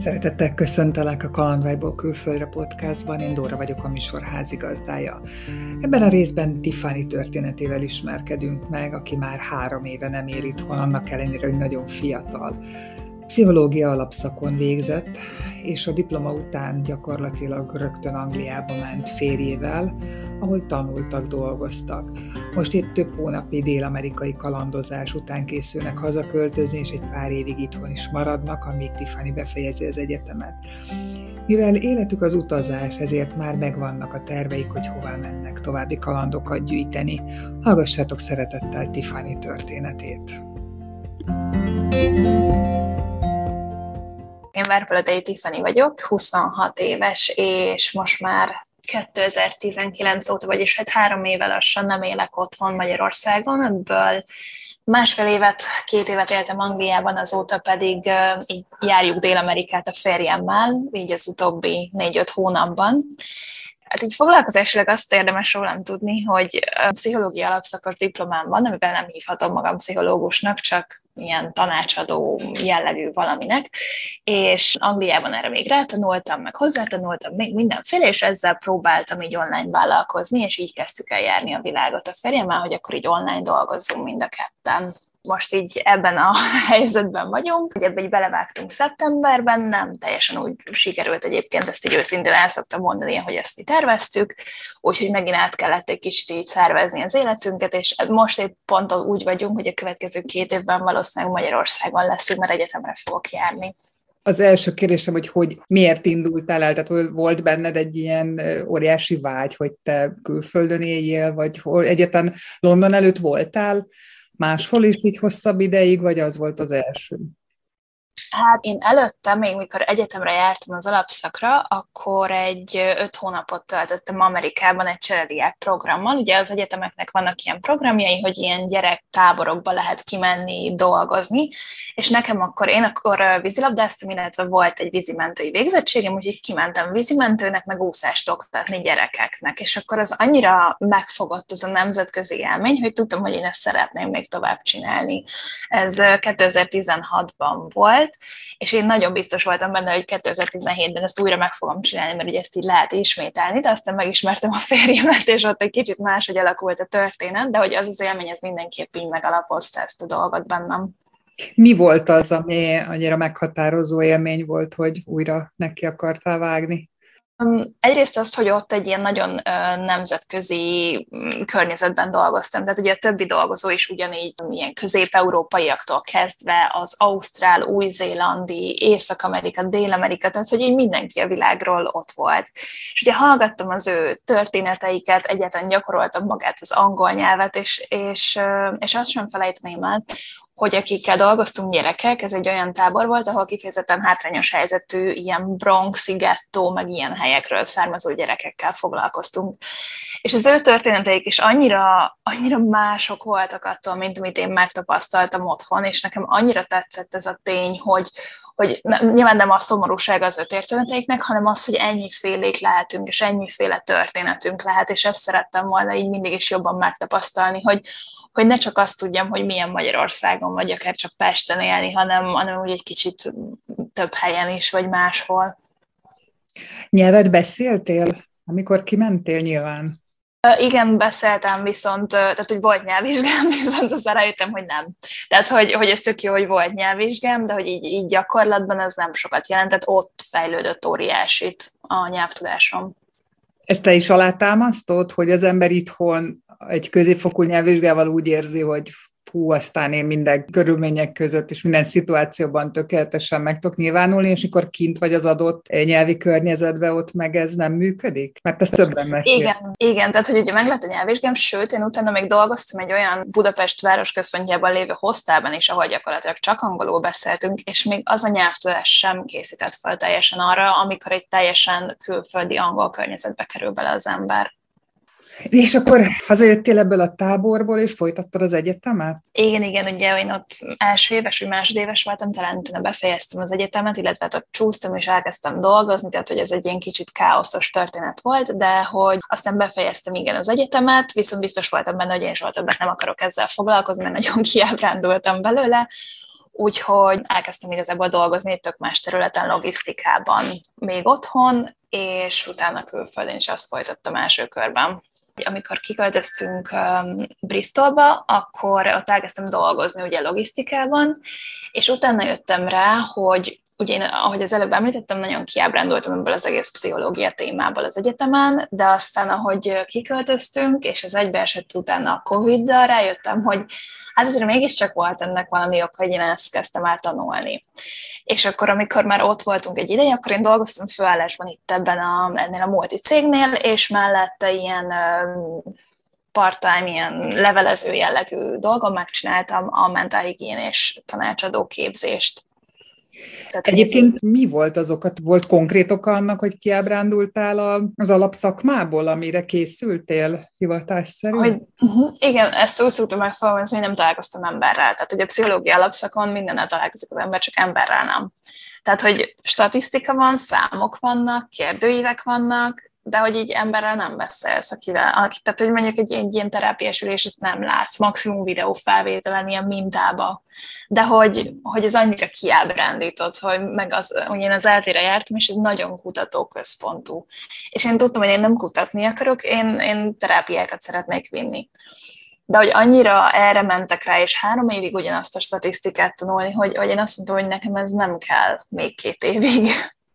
Szeretettel köszöntelek a Kalandvágyból külföldre podcastban, én Dóra vagyok, a műsor házigazdája. Ebben a részben Tiffany történetével ismerkedünk meg, aki már 3 éve nem él itthon, annak ellenére, hogy nagyon fiatal. Pszichológia alapszakon végzett, és a diploma után gyakorlatilag rögtön Angliába ment férjével, ahol tanultak, dolgoztak. Most épp több hónapi dél-amerikai kalandozás után készülnek hazaköltözni, és egy pár évig itthon is maradnak, amíg Tiffany befejezi az egyetemet. Mivel életük az utazás, ezért már megvannak a terveik, hogy hová mennek további kalandokat gyűjteni. Hallgassátok szeretettel Tiffany történetét! Én Várpalotay Tiffany vagyok, 26 éves, és most már 2019 óta, vagyis 3 éve lassan nem élek otthon Magyarországon, ebből 1,5 évet, 2 évet éltem Angliában, azóta pedig így járjuk Dél-Amerikát a férjemmel, így az utóbbi 4-5 hónapban. Hát így foglalkozásilag azt érdemes rólam tudni, hogy pszichológia alapszakos diplomám van, amiben nem hívhatom magam pszichológusnak, csak ilyen tanácsadó jellegű valaminek, és Angliában erre még rátanultam, meg hozzátanultam még mindenféle, és ezzel próbáltam így online vállalkozni, és így kezdtük el járni a világot a férjemmel, hogy akkor így online dolgozzunk mind a ketten. Most így ebben a helyzetben vagyunk, hogy ebbe így belevágtunk szeptemberben, nem teljesen úgy sikerült egyébként, ezt így őszintén el szoktam mondani, hogy ezt mi terveztük, úgyhogy megint át kellett egy kicsit így szervezni az életünket, és most épp pont úgy vagyunk, hogy a következő 2 évben valószínűleg Magyarországon leszünk, mert egyetemre fogok járni. Az első kérdésem, hogy miért indultál el? Tehát volt benned egy ilyen óriási vágy, hogy te külföldön éljél, vagy egyáltalán London előtt voltál máshol is így hosszabb ideig, vagy az volt az első? Hát én előtte, még mikor egyetemre jártam az alapszakra, akkor egy 5 hónapot töltöttem Amerikában egy cserediák programmal. Ugye az egyetemeknek vannak ilyen programjai, hogy ilyen gyerektáborokba lehet kimenni, dolgozni, és én akkor vízilabdáztam, illetve volt egy vízimentői végzettségem, úgyhogy kimentem vízimentőnek, meg úszást oktatni gyerekeknek, és akkor az annyira megfogott az a nemzetközi élmény, hogy tudtam, hogy én ezt szeretném még tovább csinálni. Ez 2016-ban volt, és én nagyon biztos voltam benne, hogy 2017-ben ezt újra meg fogom csinálni, mert ugye ezt így lehet ismételni, de aztán megismertem a férjemet, és ott egy kicsit máshogy alakult a történet, de hogy az az élmény, ez mindenképp így megalapozta ezt a dolgot bennem. Mi volt az, ami annyira meghatározó élmény volt, hogy újra neki akartál vágni? Egyrészt azt, hogy ott egy ilyen nagyon nemzetközi környezetben dolgoztam, tehát ugye a többi dolgozó is ugyanígy ilyen közép-európaiaktól kezdve az ausztrál, új-zélandi, Észak-Amerika, Dél-Amerika, tehát hogy így mindenki a világról ott volt. És ugye hallgattam az ő történeteiket, egyáltalán gyakoroltam magát az angol nyelvet, és azt sem felejteném el, hogy akikkel dolgoztunk gyerekek, ez egy olyan tábor volt, ahol kifejezetten hátrányos helyzetű, ilyen bronxi gettó, meg ilyen helyekről származó gyerekekkel foglalkoztunk. És az ő történeteik is annyira mások voltak attól, mint amit én megtapasztaltam otthon, és nekem annyira tetszett ez a tény, hogy nyilván nem a szomorúság az ő történeteiknek, hanem az, hogy ennyifélék lehetünk, és ennyiféle történetünk lehet, és ezt szerettem volna így mindig is jobban megtapasztalni, hogy ne csak azt tudjam, hogy milyen Magyarországon, vagy akár csak Pesten élni, hanem úgy egy kicsit több helyen is, vagy máshol. Nyelvet beszéltél, amikor kimentél nyilván? Igen, beszéltem, tehát hogy volt nyelvvizsgám, viszont aztán rájöttem, hogy nem. Tehát, hogy ez tök jó, hogy volt nyelvvizsgám, de hogy így gyakorlatban ez nem sokat jelentett, ott fejlődött óriásit a nyelvtudásom. Ezt te is alátámasztod, hogy az ember itthon egy középfokú nyelvvizsgával úgy érzi, hogy aztán én minden körülmények között és minden szituációban tökéletesen meg tudok nyilvánulni, és amikor kint vagy az adott nyelvi környezetben, ott meg ez nem működik? Mert ez többen mesél. Igen, tehát hogy ugye meg lett a nyelvvizsgám, sőt, én utána még dolgoztam egy olyan Budapest városközpontjában lévő hostelben is, ahol gyakorlatilag csak angolul beszéltünk, és még az a nyelvtudás sem készített fel teljesen arra, amikor egy teljesen külföldi angol környezetbe kerül bele az ember. És akkor hazajöttél ebből a táborból, és folytattad az egyetemet? Igen, ugye én ott első éves vagy másodéves voltam, talán utána befejeztem az egyetemet, illetve ott csúsztam és elkezdtem dolgozni, tehát hogy ez egy ilyen kicsit káoszos történet volt, de hogy aztán befejeztem az egyetemet, viszont biztos voltam benne, hogy én soha többet nem akarok ezzel foglalkozni, mert nagyon kiábrándultam belőle. úgyhogy elkezdtem igazából dolgozni egy tök más területen, logisztikában még otthon, és utána külföldön is azt folytattam első körben. Amikor kiköltöztünk Bristolba, akkor ott elkezdtem dolgozni ugye logisztikában, és utána jöttem rá, hogy ugye én, ahogy az előbb említettem, nagyon kiábrándultam ebből az egész pszichológia témából az egyetemen, de aztán, ahogy kiköltöztünk, és ez egybeesett utána a Covid-dal, rájöttem, hogy hát azért mégiscsak volt ennek valami oka, hogy én ezt kezdtem el tanulni. És akkor, amikor már ott voltunk egy ideje, akkor én dolgoztam főállásban itt ennél a multi cégnél, és mellette ilyen part-time, ilyen levelező jellegű dolgon megcsináltam a mentálhigiénés tanácsadó képzést. Tehát, egyébként mi volt az oka? Volt konkrét oka annak, hogy kiábrándultál az alapszakmából, amire készültél hivatásszerűen? Igen, ezt úgy szoktam megfogalmazni, hogy nem találkoztam emberrel. Tehát, hogy a pszichológia alapszakon mindennel találkozik az ember, csak emberrel nem. Tehát, hogy statisztika van, számok vannak, kérdőívek vannak, de hogy így emberrel nem beszélsz, tehát, hogy mondjuk egy ilyen terápiás ülés, ezt nem látsz, maximum videófelvételen, ilyen mintába. De hogy ez annyira kiábrándított, hogy én az eltére jártam, és ez nagyon kutatóközpontú. És én tudtam, hogy én nem kutatni akarok, én terápiákat szeretnék vinni. De hogy annyira erre mentek rá, és 3 évig ugyanazt a statisztikát tanulni, hogy én azt mondtam, hogy nekem ez nem kell még 2 évig.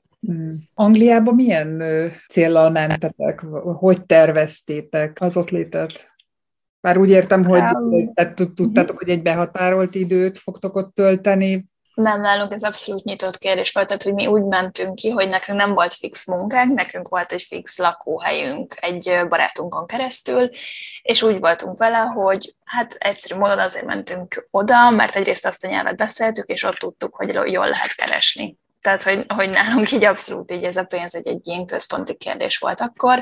Angliában milyen céllal mentetek? Hogy terveztétek az ott létet? Bár úgy értem, hogy tudtátok, hogy egy behatárolt időt fogtok ott tölteni. Nem, nálunk ez abszolút nyitott kérdés volt, tehát hogy mi úgy mentünk ki, hogy nekünk nem volt fix munkánk, nekünk volt egy fix lakóhelyünk egy barátunkon keresztül, és úgy voltunk vele, hogy hát egyszerű módon azért mentünk oda, mert egyrészt azt a nyelvet beszéltük, és ott tudtuk, hogy jól lehet keresni. Tehát, hogy nálunk így abszolút így ez a pénz egy ilyen központi kérdés volt akkor,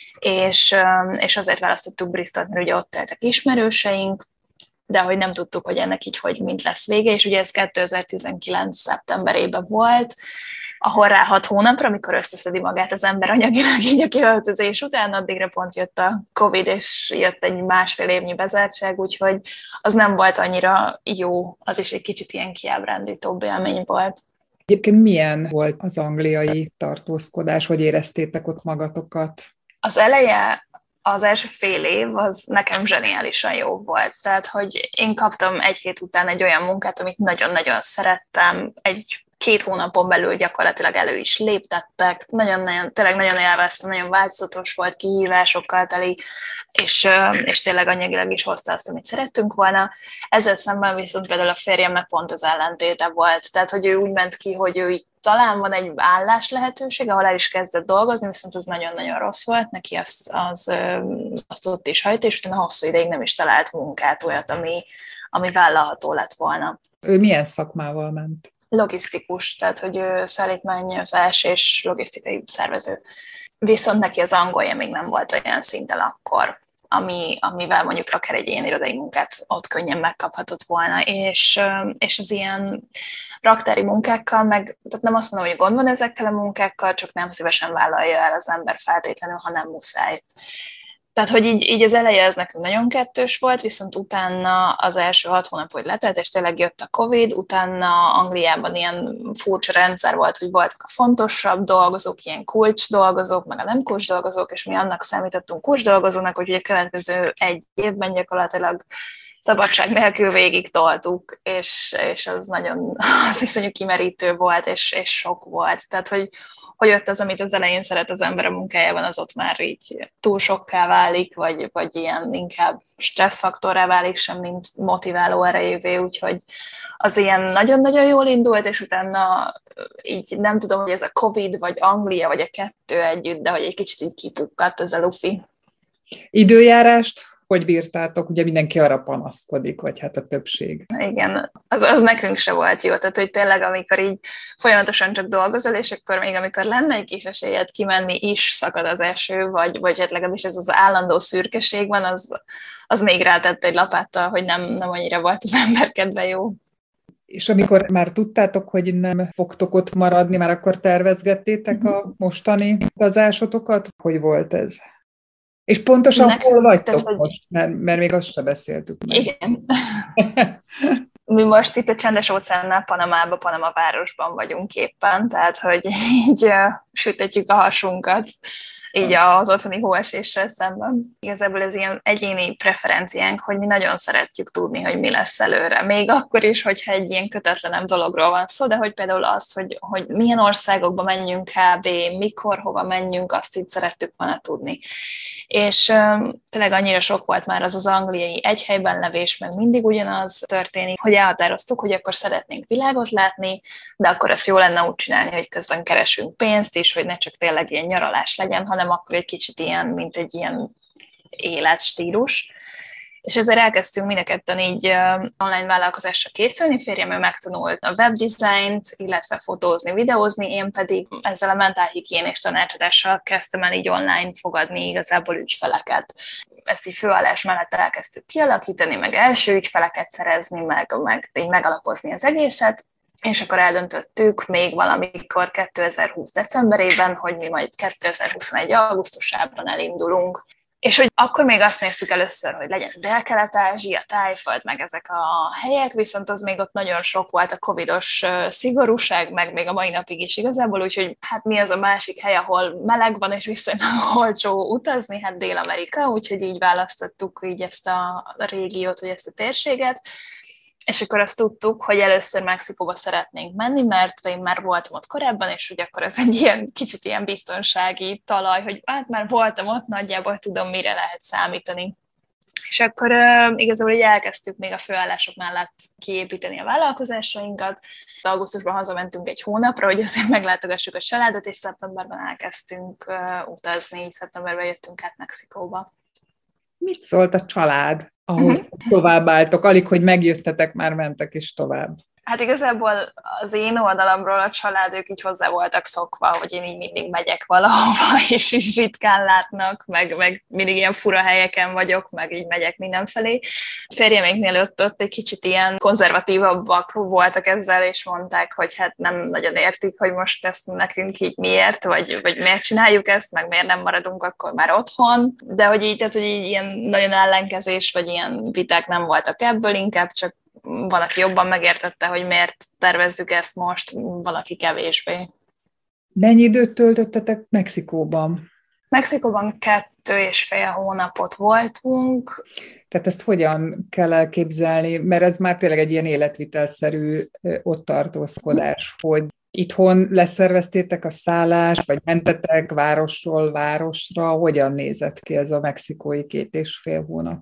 és azért választottuk Bristolt, mert ugye ott éltek ismerőseink, de hogy nem tudtuk, hogy ennek így mint lesz vége, és ugye ez 2019. szeptemberében volt, ahol rá 6 hónapra, amikor összeszedi magát az ember anyagilag így a kiköltözés után, addigra pont jött a Covid, és jött egy 1,5 évnyi bezártság, úgyhogy az nem volt annyira jó, az is egy kicsit ilyen kiábrándítóbb élmény volt. Egyébként milyen volt az angliai tartózkodás, hogy éreztétek ott magatokat? Az eleje, az első fél év, az nekem zseniálisan jó volt. Tehát, hogy én kaptam 1 hét után egy olyan munkát, amit nagyon-nagyon szerettem, 2 hónapon belül gyakorlatilag elő is léptettek, tényleg nagyon élveztem, nagyon változatos volt, kihívásokkal teli, és tényleg anyagilag is hozta azt, amit szerettünk volna. Ezzel szemben viszont például a férjemnek pont az ellentéte volt. Tehát, hogy ő úgy ment ki, hogy ő így talán van egy állás lehetőség, ahol el is kezdett dolgozni, viszont az nagyon-nagyon rossz volt, neki azt ott is hagyta, és utána hosszú ideig nem is talált munkát, olyat, ami vállalható lett volna. Ő milyen szakmával ment? Logisztikus, tehát hogy ő szállítmányozás és logisztikai szervező. Viszont neki az angolja még nem volt olyan szinten akkor, amivel mondjuk akár egy ilyen irodai munkát ott könnyen megkaphatott volna, és az ilyen raktári munkákkal, tehát nem azt mondom, hogy gond van ezekkel a munkákkal, csak nem szívesen vállalja el az ember feltétlenül, ha nem muszáj. Tehát, hogy így az eleje ez nekünk nagyon kettős volt, viszont utána az első 6 hónap, hogy letelt, és tényleg jött a Covid, utána Angliában ilyen furcsa rendszer volt, hogy voltak a fontosabb dolgozók, ilyen kulcs dolgozók, meg a nem kulcs dolgozók, és mi annak számítottunk kulcs dolgozónak, hogy a következő 1 évben gyakorlatilag szabadság nélkül végig toltuk, és az nagyon az iszonyú kimerítő volt, és sok volt. Tehát, hogy ott az, amit az elején szeret az ember a munkájában, az ott már így túl sokká válik, vagy ilyen inkább stresszfaktorrá válik, sem mint motiváló erejévé, úgyhogy az ilyen nagyon-nagyon jól indult, és utána így nem tudom, hogy ez a Covid, vagy Anglia, vagy a kettő együtt, de hogy egy kicsit így kipukkadt ez a lufi. Időjárást hogy bírtátok? Ugye mindenki arra panaszkodik, vagy hát a többség. Igen, az nekünk se volt jó. Tehát, hogy tényleg, amikor így folyamatosan csak dolgozol, és akkor még amikor lenne egy kis esélyed kimenni is, szakad az eső, vagy hát legalábbis ez az állandó szürkeség van, az még rátett egy lapáttal, hogy nem annyira volt az ember kedve jó. És amikor már tudtátok, hogy nem fogtok ott maradni, már akkor tervezgettétek a mostani utazásotokat? Hogy volt ez? És pontosan hol vagytok most? Mert még azt se beszéltük meg. Igen. Mi most itt a Csendes-óceánnál Panama városban vagyunk éppen, tehát hogy így sütetjük a hasunkat így az otthoni hóeséssel szemben. Igazából ez ilyen egyéni preferenciánk, hogy mi nagyon szeretjük tudni, hogy mi lesz előre. Még akkor is, hogyha egy ilyen kötetlenebb dologról van szó, de hogy például azt, hogy milyen országokba menjünk kb., mikor, hova menjünk, azt így szerettük volna tudni. És tényleg annyira sok volt már az angliai egy helyben levés, meg mindig ugyanaz történik, hogy elhatároztuk, hogy akkor szeretnénk világot látni, de akkor ezt jó lenne úgy csinálni, hogy közben keresünk pénzt is, hogy ne csak tényleg ilyen nyaralás legyen, hanem akkor egy kicsit ilyen, mint egy ilyen életstílus. És ezzel elkezdtünk mind a ketten így online vállalkozásra készülni, férjem ő megtanult a webdesignt, illetve fotózni, videózni, én pedig ezzel a mentálhigiénés tanácsadással kezdtem el így online fogadni igazából ügyfeleket. Ezt így főállás mellett elkezdtük kialakítani, meg első ügyfeleket szerezni, meg így megalapozni az egészet, és akkor eldöntöttük még valamikor 2020 decemberében, hogy mi majd 2021 augusztusában elindulunk. És hogy akkor még azt néztük először, hogy legyen Dél-Kelet-Ázsia, Tájföld, meg ezek a helyek, viszont az még ott nagyon sok volt a covidos szigorúság, meg még a mai napig is igazából, úgyhogy hát mi az a másik hely, ahol meleg van és viszonylag olcsó utazni, hát Dél-Amerika, úgyhogy így választottuk így ezt a régiót, vagy ezt a térséget. És akkor azt tudtuk, hogy először Mexikóba szeretnénk menni, mert én már voltam ott korábban, és hogy akkor ez egy ilyen kicsit ilyen biztonsági talaj, hogy hát már voltam ott, nagyjából tudom, mire lehet számítani. És akkor igazából így elkezdtük még a főállások mellett kiépíteni a vállalkozásainkat. Augusztusban hazamentünk egy hónapra, hogy azért meglátogassuk a családot, és szeptemberben elkezdtünk utazni, szeptemberben jöttünk át Mexikóba. Mit szólt a család, ahogy továbbálltok? Alig, hogy megjöttetek, már mentek is tovább. Hát igazából az én oldalamról a család, ők így hozzá voltak szokva, hogy én így mindig megyek valahova, és is ritkán látnak, meg mindig ilyen fura helyeken vagyok, meg így megyek mindenfelé. A férjeméknél ott egy kicsit ilyen konzervatívabbak voltak ezzel, és mondták, hogy hát nem nagyon értik, hogy most ezt nekünk így miért, vagy miért csináljuk ezt, meg miért nem maradunk akkor már otthon. De hogy így, tehát, hogy így ilyen nagyon ellenkezés, vagy ilyen viták nem voltak ebből, inkább csak van, aki jobban megértette, hogy miért tervezzük ezt most, valaki kevésbé. Mennyi időt töltöttetek Mexikóban? Mexikóban 2,5 hónapot voltunk. Tehát ezt hogyan kell elképzelni? Mert ez már tényleg egy ilyen életvitelszerű ott tartózkodás, hogy itthon leszerveztétek a szállást, vagy mentetek városról városra? Hogyan nézett ki ez a mexikói 2,5 hónap?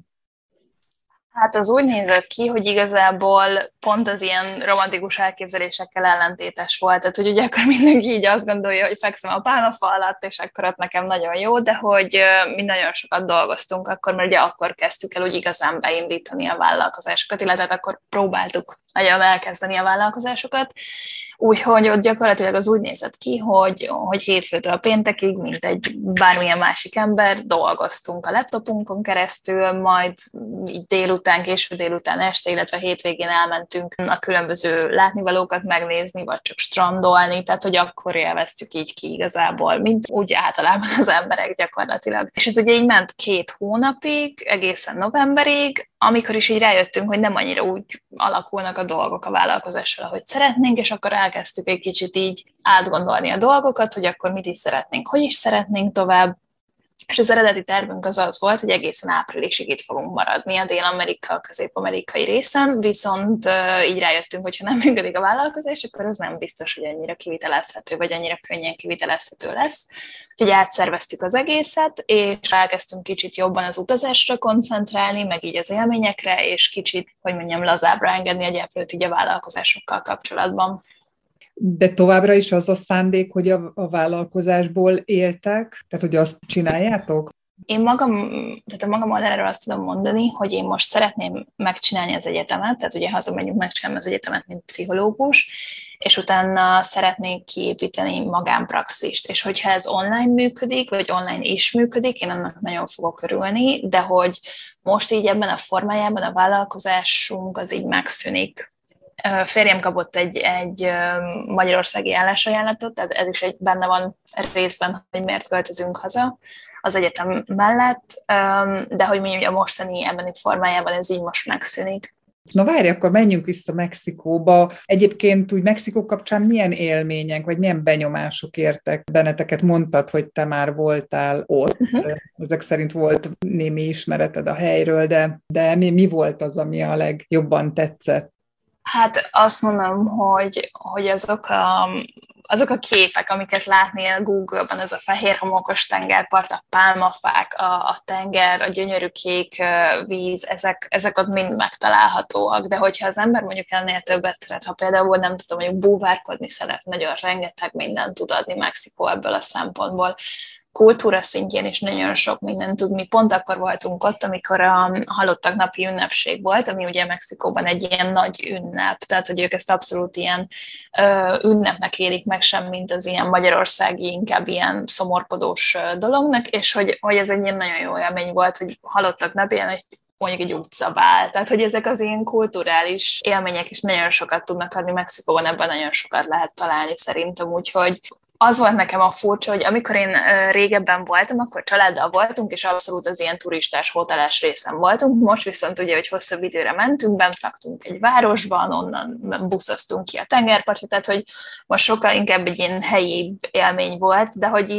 Hát az úgy nézett ki, hogy igazából pont az ilyen romantikus elképzelésekkel ellentétes volt. Tehát, hogy ugye akkor mindenki így azt gondolja, hogy fekszem a pálmafa alatt, és akkor ott nekem nagyon jó, de hogy mi nagyon sokat dolgoztunk akkor, mert ugye akkor kezdtük el úgy igazán beindítani a vállalkozásokat, illetve akkor próbáltuk nagyon elkezdeni a vállalkozásokat. Úgyhogy ott gyakorlatilag az úgy nézett ki, hogy hétfőtől a péntekig, mint egy bármilyen másik ember, dolgoztunk a laptopunkon keresztül, majd így délután, késő délután, este, illetve hétvégén elmentünk a különböző látnivalókat megnézni, vagy csak strandolni, tehát hogy akkor élveztük így ki igazából, mint úgy általában az emberek gyakorlatilag. És ez ugye így ment 2 hónapig, egészen novemberig, amikor is így rájöttünk, hogy nem annyira úgy alakulnak a dolgok a vállalkozással, ahogy szeretnénk, és akkor elkezdtük egy kicsit így átgondolni a dolgokat, hogy akkor mit is szeretnénk, hogy is szeretnénk tovább. És az eredeti tervünk az volt, hogy egészen áprilisig itt fogunk maradni a Dél-Amerika, a közép-amerikai részen, viszont így rájöttünk, hogy ha nem működik a vállalkozás, akkor az nem biztos, hogy annyira kivitelezhető, vagy annyira könnyen kivitelezhető lesz. Úgyhogy átszerveztük az egészet, és elkezdtünk kicsit jobban az utazásra koncentrálni, meg így az élményekre, és kicsit, hogy mondjam, lazábbra engedni a gyeplőt így a vállalkozásokkal kapcsolatban. De továbbra is az a szándék, hogy a vállalkozásból éltek? Tehát, hogy azt csináljátok? Én magam, tehát a magam oldaláról azt tudom mondani, hogy én most szeretném megcsinálni az egyetemet, tehát ugye hazamegyünk megcsinálni az egyetemet, mint pszichológus, és utána szeretnék kiépíteni magánpraxist. És hogyha ez online működik, vagy online is működik, én annak nagyon fogok örülni, de hogy most így ebben a formájában a vállalkozásunk az így megszűnik. Férjem kapott egy magyarországi állásajánlatot, tehát ez is benne van részben, hogy miért költözünk haza az egyetem mellett, de hogy mondjuk a mostani ebben formájában ez így most megszűnik. Na várj, akkor menjünk vissza Mexikóba. Egyébként úgy Mexikó kapcsán milyen élmények, vagy milyen benyomások értek benneteket? Mondtad, hogy te már voltál ott. Ezek szerint volt némi ismereted a helyről, de mi volt az, ami a legjobban tetszett? Hát azt mondom, hogy azok a képek, amiket látni a Google-ban, ez a fehér homokos tengerpart, a pálmafák, a tenger, a gyönyörű kék víz, ezek ott mind megtalálhatóak, de hogyha az ember mondjuk ennél többet szeret, ha például nem tudom, mondjuk búvárkodni szeret, nagyon rengeteg mindent tud adni Mexikó ebből a szempontból. Kultúra szintjén is nagyon sok mindent tud. Mi pont akkor voltunk ott, amikor a halottak napi ünnepség volt, ami ugye Mexikóban egy ilyen nagy ünnep, tehát hogy ők ezt abszolút ilyen ünnepnek élik meg, sem mint az ilyen magyarországi, inkább ilyen szomorkodós dolognak, és hogy ez egy ilyen nagyon jó élmény volt, hogy halottak napján mondjuk egy utcabál. Tehát, hogy ezek az ilyen kulturális élmények is nagyon sokat tudnak adni Mexikóban, ebben nagyon sokat lehet találni szerintem, úgyhogy az volt nekem a furcsa, hogy amikor én régebben voltam, akkor családdal voltunk, és abszolút az ilyen turistás, hotelás részen voltunk. Most viszont ugye, hogy hosszabb időre mentünk, bent laktunk egy városban, onnan buszoztunk ki a tengerpartra, tehát hogy most sokkal inkább egy ilyen helyi élmény volt, de hogy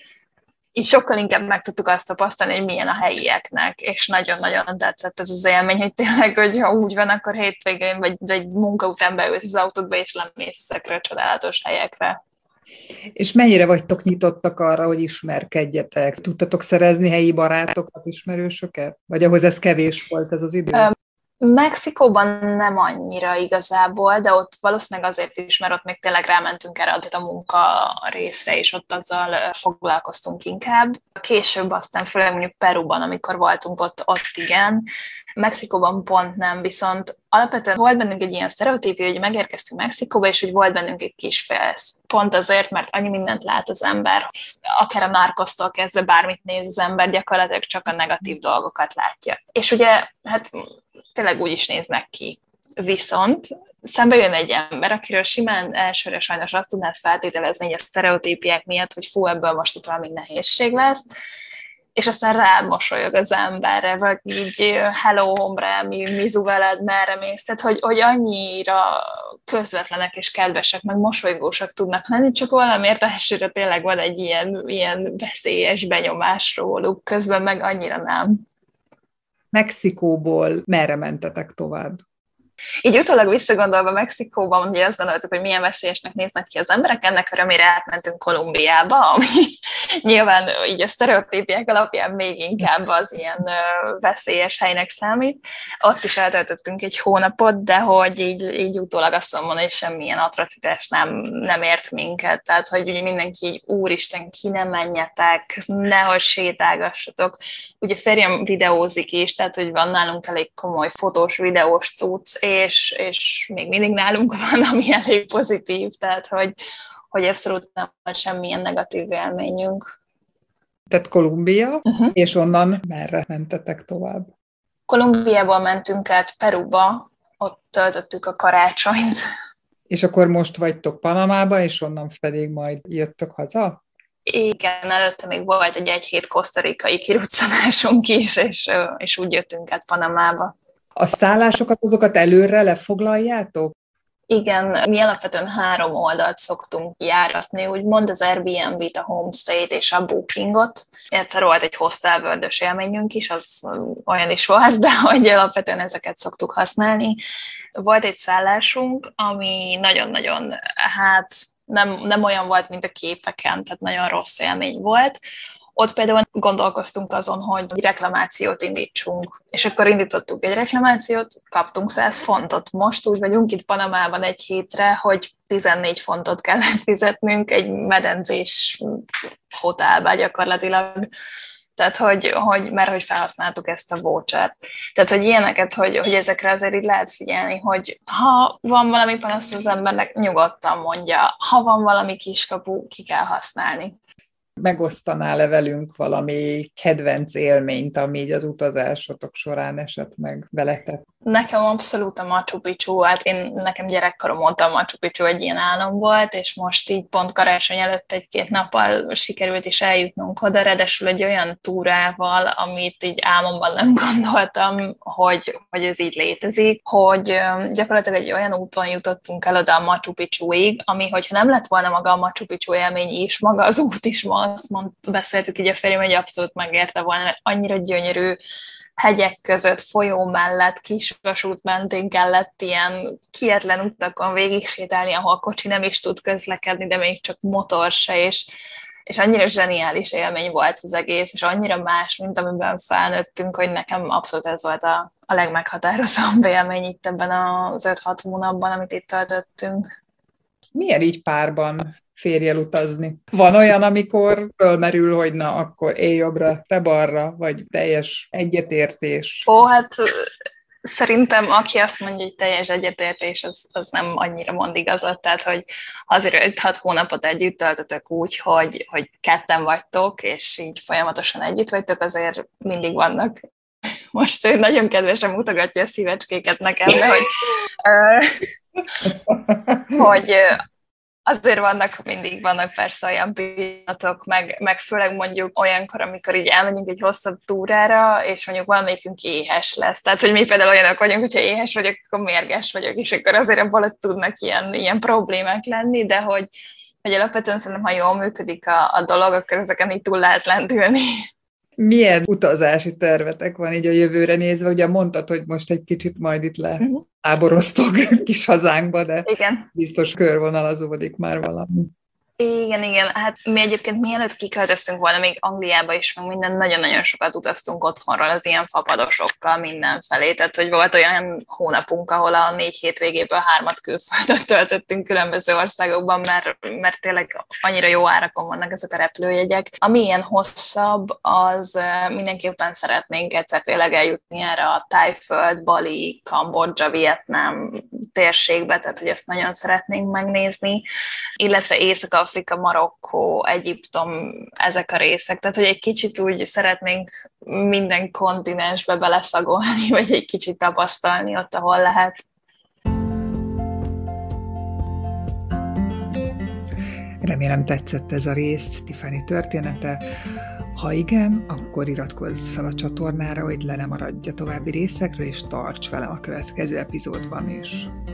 így sokkal inkább meg tudtuk azt tapasztalni, hogy milyen a helyieknek, és nagyon-nagyon tetszett ez az élmény, hogy tényleg, hogyha úgy van, akkor hétvégén, vagy egy munka után beülsz az autódba, és lemész ezekre a csodálatos helyekre. És mennyire vagytok nyitottak arra, hogy ismerkedjetek? Tudtatok szerezni helyi barátokat, ismerősöket? Vagy ahhoz ez kevés volt ez az idő? Mexikóban nem annyira igazából, de ott valószínűleg azért is, mert ott még tényleg rámentünk erre a munka részre, és ott azzal foglalkoztunk inkább. Később aztán, főleg mondjuk Peruban, amikor voltunk ott igen. Mexikóban pont nem, viszont alapvetően volt bennünk egy ilyen sztereotípia, hogy megérkeztünk Mexikóba, és hogy volt bennünk egy kis félsz. Pont azért, mert annyi mindent lát az ember, akár a Narcosztól kezdve bármit néz az ember, gyakorlatilag csak a negatív dolgokat látja. És ugye, hát tényleg úgy is néznek ki. Viszont szembe jön egy ember, akiről simán elsőre sajnos azt tudnád feltételezni, hogy a sztereotípiák miatt, hogy fú, ebből most itt valami nehézség lesz, és aztán rád mosolyog az emberre, vagy így hello hombre, mi veled, merre mész, tehát hogy annyira közvetlenek és kedvesek, meg mosolygósak tudnak lenni, csak valamiért elsőre tényleg van egy ilyen veszélyes benyomás róluk, közben meg annyira nem. Mexikóból merre mentetek tovább? Így utólag visszagondolva Mexikóban, ugye azt gondoltuk, hogy milyen veszélyesnek néznek ki az emberek, ennek örömére átmentünk Kolumbiába, ami nyilván így a sztereotípiák alapján még inkább az ilyen veszélyes helynek számít. Ott is eltöltöttünk egy hónapot, de hogy így utólag azt mondom, hogy semmilyen atrocitás nem ért minket. Tehát, hogy ugye mindenki így, úristen, ki nem menjetek, nehogy sétálgassatok. Ugye férjem videózik is, tehát, hogy van nálunk elég komoly fotós, videós cucc, és még mindig nálunk van, ami elég pozitív, tehát hogy abszolút nem volt semmilyen negatív élményünk. Tehát Kolumbia, és onnan merre mentetek tovább? Kolumbiából mentünk át Peruba, ott töltöttük a karácsonyt. És akkor most vagytok Panamába, és onnan pedig majd jöttök haza? Igen, előtte még volt egy hét kosztarikai kiruccanásunk is, és úgy jöttünk át Panamába. A szállásokat, azokat előre lefoglaljátok? Igen, mi alapvetően 3 oldalt szoktunk járatni, úgymond az Airbnb-t, a Homestay-t és a Bookingot. Egyszer volt egy hostelbördös élményünk is, az olyan is volt, de hogy alapvetően ezeket szoktuk használni. Volt egy szállásunk, ami nagyon-nagyon, nem olyan volt, mint a képeken, tehát nagyon rossz élmény volt. Ott például gondolkoztunk azon, hogy egy reklamációt indítsunk, és akkor indítottuk egy reklamációt, kaptunk 100 fontot. Most úgy vagyunk itt Panamában egy hétre, hogy 14 fontot kellett fizetnünk egy medencés hotelbe gyakorlatilag. Tehát, mert hogy felhasználtuk ezt a vouchert. Tehát, hogy ilyeneket, hogy ezekre azért így lehet figyelni, hogy ha van valami panasz az embernek, nyugodtan mondja, ha van valami kiskapu, ki kell használni. Megosztanál-e velünk valami kedvenc élményt, ami így az utazásotok során esett meg veletek? Nekem abszolút a Machu Picchu, hát nekem gyerekkorom óta a Machu Picchu egy ilyen álom volt, és most így pont karácsony előtt 1-2 nappal sikerült is eljutnunk oda, ráadásul egy olyan túrával, amit így álmomban nem gondoltam, hogy ez így létezik, hogy gyakorlatilag egy olyan úton jutottunk el oda a Machu Picchuig, ami, hogyha nem lett volna maga a Machu Picchu élmény is, maga az út is, ma azt beszéltük így a férjem, hogy abszolút megérte volna, mert annyira gyönyörű, hegyek között, folyó mellett, kisvasút mentén kellett ilyen kietlen utakon végig sétálni, ahol kocsi nem is tud közlekedni, de még csak motor se, és annyira zseniális élmény volt az egész, és annyira más, mint amiben felnőttünk, hogy nekem abszolút ez volt a legmeghatározóbb élmény itt ebben az 5-6 hónapban, amit itt töltöttünk. Milyen így párban férjel utazni? Van olyan, amikor fölmerül, hogy na, akkor élj jobbra, te balra, vagy teljes egyetértés? Hát szerintem aki azt mondja, hogy teljes egyetértés, az nem annyira mond igazat, tehát hogy azért 5-6 hónapot együtt töltötök úgy, hogy ketten vagytok, és így folyamatosan együtt vagytok, azért mindig vannak. Most ő nagyon kedvesen mutogatja a szívecskéket nekem, de hogy azért mindig vannak persze olyan pillanatok, meg főleg mondjuk olyankor, amikor így elmegyünk egy hosszabb túrára, és mondjuk valamelyikünk éhes lesz. Tehát, hogy mi például olyanok vagyunk, hogyha éhes vagyok, akkor mérges vagyok, és akkor azért abból tudnak ilyen problémák lenni, de hogy alapvetően szerintem, ha jól működik a dolog, akkor ezeken így túl lehet lendülni. Milyen utazási tervetek van így a jövőre nézve? Ugye mondtad, hogy most egy kicsit majd itt leáboroztok kis hazánkba, de igen, biztos körvonalazódik már valami. Igen. Hát mi egyébként mielőtt kiköltöztünk volna még Angliába is, meg minden, nagyon-nagyon sokat utaztunk otthonról az ilyen fapadosokkal mindenfelé, tehát hogy volt olyan hónapunk, ahol a 4 hétvégéből 3 külföldön töltöttünk különböző országokban, mert tényleg annyira jó árakon vannak ezek a repülőjegyek. Ami ilyen hosszabb, az mindenképpen szeretnénk egyszer tényleg eljutni erre a Tájföld, Bali, Kambodzsa, Vietnám térségbe, tehát hogy ezt nagyon szeretnénk megnézni, illetve Észak-Afrika, Marokkó, Egyiptom, ezek a részek. Tehát, hogy egy kicsit úgy szeretnénk minden kontinensbe beleszagolni, vagy egy kicsit tapasztalni ott, ahol lehet. Remélem tetszett ez a rész, Tiffany története. Ha igen, akkor iratkozz fel a csatornára, hogy le ne maradj a további részekről, és tarts velem a következő epizódban is.